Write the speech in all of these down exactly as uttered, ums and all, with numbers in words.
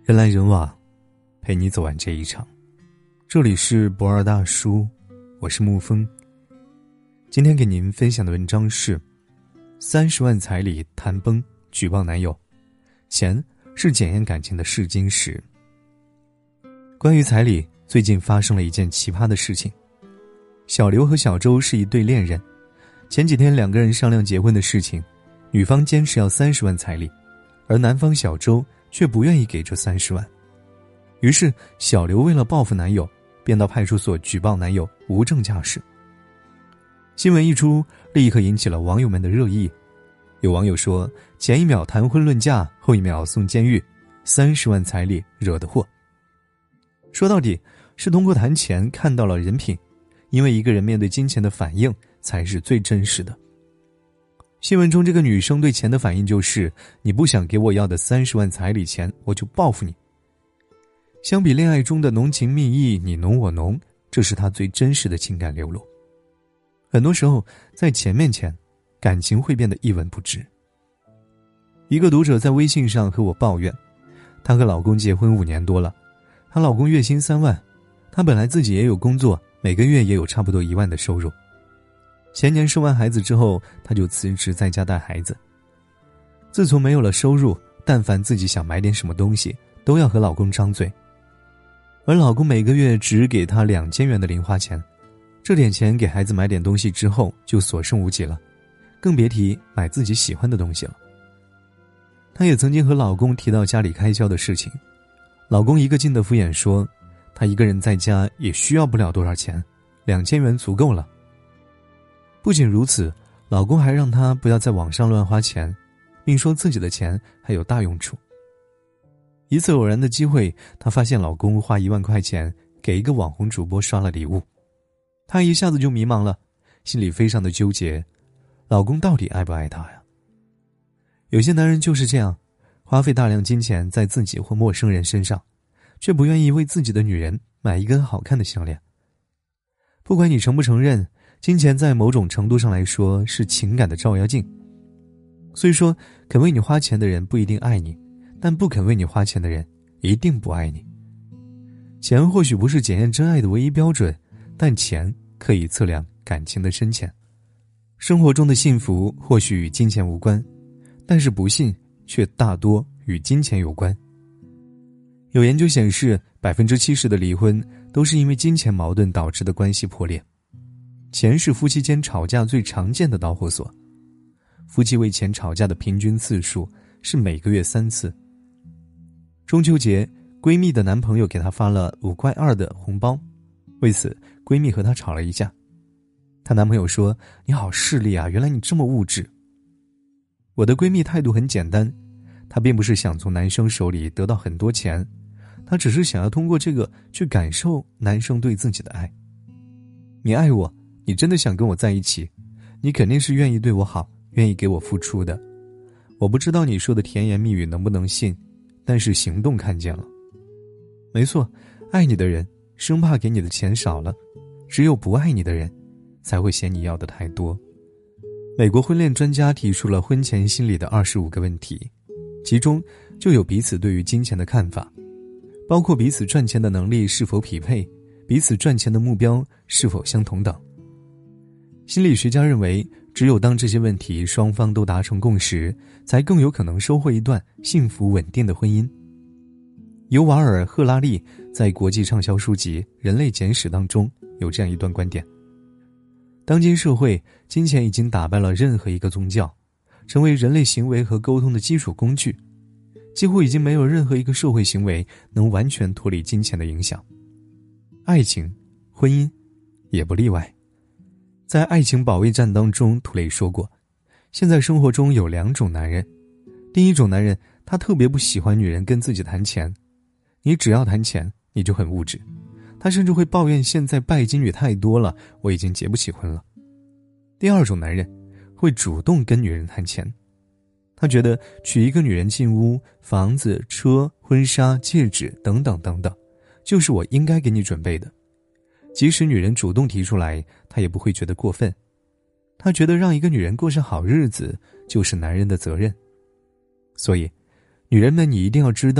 人来人往，陪你走完这一场。这里是博二大叔，我是沐风。今天给您分享的文章是三十万彩礼谈崩，举报男友，钱是检验感情的试金石。关于彩礼，最近发生了一件奇葩的事情。小刘和小周是一对恋人，前几天两个人商量结婚的事情，女方坚持要三十万彩礼，而男方小周却不愿意给这三十万。于是小刘为了报复男友，便到派出所举报男友无证驾驶。新闻一出，立刻引起了网友们的热议。有网友说，前一秒谈婚论嫁，后一秒送监狱，三十万彩礼惹的祸。说到底，是通过谈钱看到了人品，因为一个人面对金钱的反应才是最真实的。新闻中这个女生对钱的反应就是，你不想给我要的三十万彩礼钱，我就报复你。相比恋爱中的浓情蜜意，你侬我侬，这是她最真实的情感流露。很多时候在钱面前，感情会变得一文不值。一个读者在微信上和我抱怨，她和老公结婚五年多了，她老公月薪三万，她本来自己也有工作，每个月也有差不多一万的收入。前年生完孩子之后，她就辞职在家带孩子。自从没有了收入，但凡自己想买点什么东西，都要和老公张嘴。而老公每个月只给她两千元的零花钱，这点钱给孩子买点东西之后就所剩无几了，更别提买自己喜欢的东西了。她也曾经和老公提到家里开销的事情，老公一个劲的敷衍说，他一个人在家也需要不了多少钱，两千元足够了。不仅如此，老公还让她不要在网上乱花钱，并说自己的钱还有大用处。一次偶然的机会，她发现老公花一万块钱给一个网红主播刷了礼物，她一下子就迷茫了，心里非常的纠结，老公到底爱不爱她呀？有些男人就是这样，花费大量金钱在自己或陌生人身上，却不愿意为自己的女人买一根好看的项链。不管你承不承认，金钱在某种程度上来说是情感的照妖镜。虽说肯为你花钱的人不一定爱你，但不肯为你花钱的人一定不爱你。钱或许不是检验真爱的唯一标准，但钱可以测量感情的深浅。生活中的幸福或许与金钱无关，但是不幸却大多与金钱有关。有研究显示， 百分之七十 的离婚都是因为金钱矛盾导致的关系破裂。钱是夫妻间吵架最常见的导火索，夫妻为钱吵架的平均次数是每个月三次。中秋节，闺蜜的男朋友给她发了五块二的红包，为此闺蜜和她吵了一架。她男朋友说，你好势利啊，原来你这么物质。我的闺蜜态度很简单，她并不是想从男生手里得到很多钱，她只是想要通过这个去感受男生对自己的爱。你爱我，你真的想跟我在一起，你肯定是愿意对我好，愿意给我付出的。我不知道你说的甜言蜜语能不能信，但是行动看见了。没错，爱你的人生怕给你的钱少了，只有不爱你的人才会嫌你要的太多。美国婚恋专家提出了婚前心理的二十五个问题，其中就有彼此对于金钱的看法，包括彼此赚钱的能力是否匹配，彼此赚钱的目标是否相同等。心理学家认为，只有当这些问题双方都达成共识，才更有可能收获一段幸福稳定的婚姻。尤瓦尔·赫拉利在国际畅销书籍《人类简史》当中有这样一段观点：当今社会，金钱已经打败了任何一个宗教，成为人类行为和沟通的基础工具，几乎已经没有任何一个社会行为能完全脱离金钱的影响。爱情、婚姻也不例外。在爱情保卫战当中，图雷说过，现在生活中有两种男人。第一种男人，他特别不喜欢女人跟自己谈钱，你只要谈钱，你就很物质。他甚至会抱怨现在拜金女太多了，我已经结不起婚了。第二种男人，会主动跟女人谈钱。他觉得娶一个女人进屋，房子、车、婚纱、戒指等等等等，就是我应该给你准备的。即使女人主动提出来，他也不会觉得过分。他觉得让一个女人过上好日子，就是男人的责任。所以，女人们你一定要知道，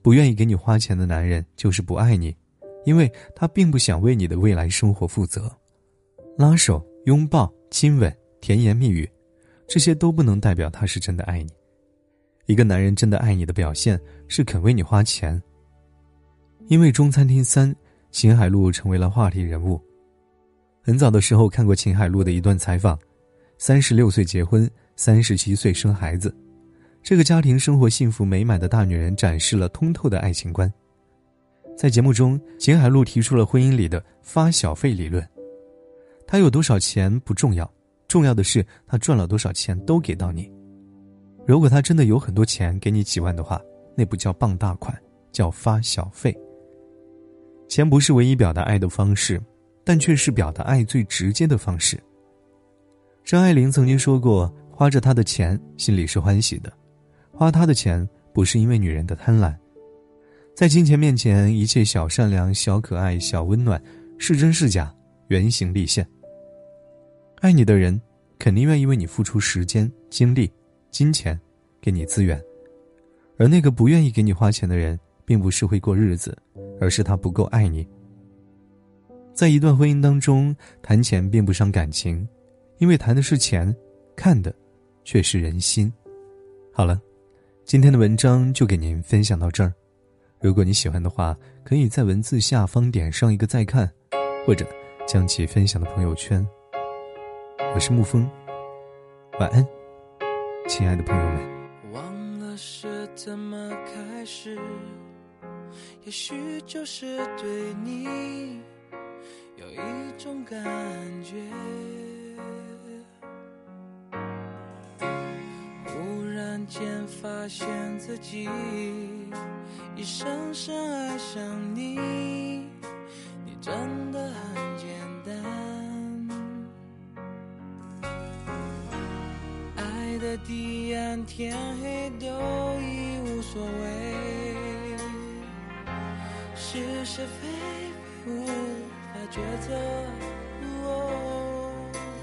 不愿意给你花钱的男人就是不爱你，因为他并不想为你的未来生活负责。拉手、拥抱、亲吻、甜言蜜语，这些都不能代表他是真的爱你。一个男人真的爱你的表现是肯为你花钱。因为中餐厅三，秦海璐成为了话题人物。很早的时候看过秦海璐的一段采访，三十六岁结婚，三十七岁生孩子，这个家庭生活幸福美满的大女人展示了通透的爱情观。在节目中，秦海璐提出了婚姻里的发小费理论。她有多少钱不重要，重要的是她赚了多少钱都给到你。如果她真的有很多钱给你几万的话，那不叫傍大款，叫发小费。钱不是唯一表达爱的方式，但却是表达爱最直接的方式。张爱玲曾经说过，花着她的钱心里是欢喜的，花她的钱不是因为女人的贪婪。在金钱面前，一切小善良、小可爱、小温暖，是真是假，原形立现。爱你的人肯定愿意为你付出时间、精力、金钱，给你资源。而那个不愿意给你花钱的人，并不是会过日子，而是他不够爱你。在一段婚姻当中，谈钱并不伤感情，因为谈的是钱，看的却是人心。好了，今天的文章就给您分享到这儿。如果你喜欢的话，可以在文字下方点上一个再看，或者将其分享到朋友圈。我是沐风，晚安，亲爱的朋友们。 忘了是怎么开始，也许就是对你有一种感觉，忽然间发现自己已深深爱上你，你真的很简单，爱的彼岸天黑都已无所谓，是是非非无法抉择，哦，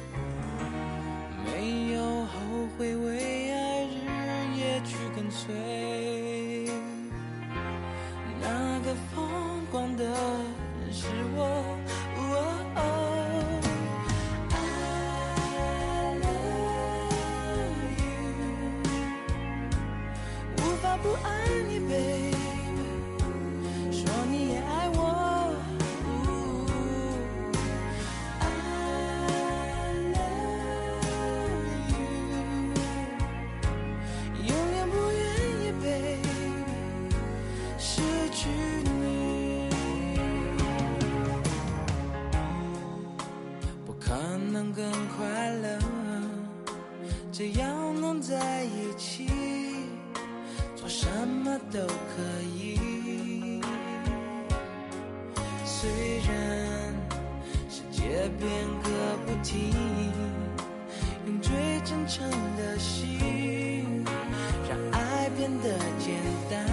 没有后悔，为爱日夜去跟随，那个疯狂的人是我，哦哦不爱你 baby， 说你也爱我，哦 I love you， 永远不愿意 baby 失去你，不可能更快乐，只要能在一起，什么都可以，虽然世界变个不停，用最真诚的心让爱变得简单，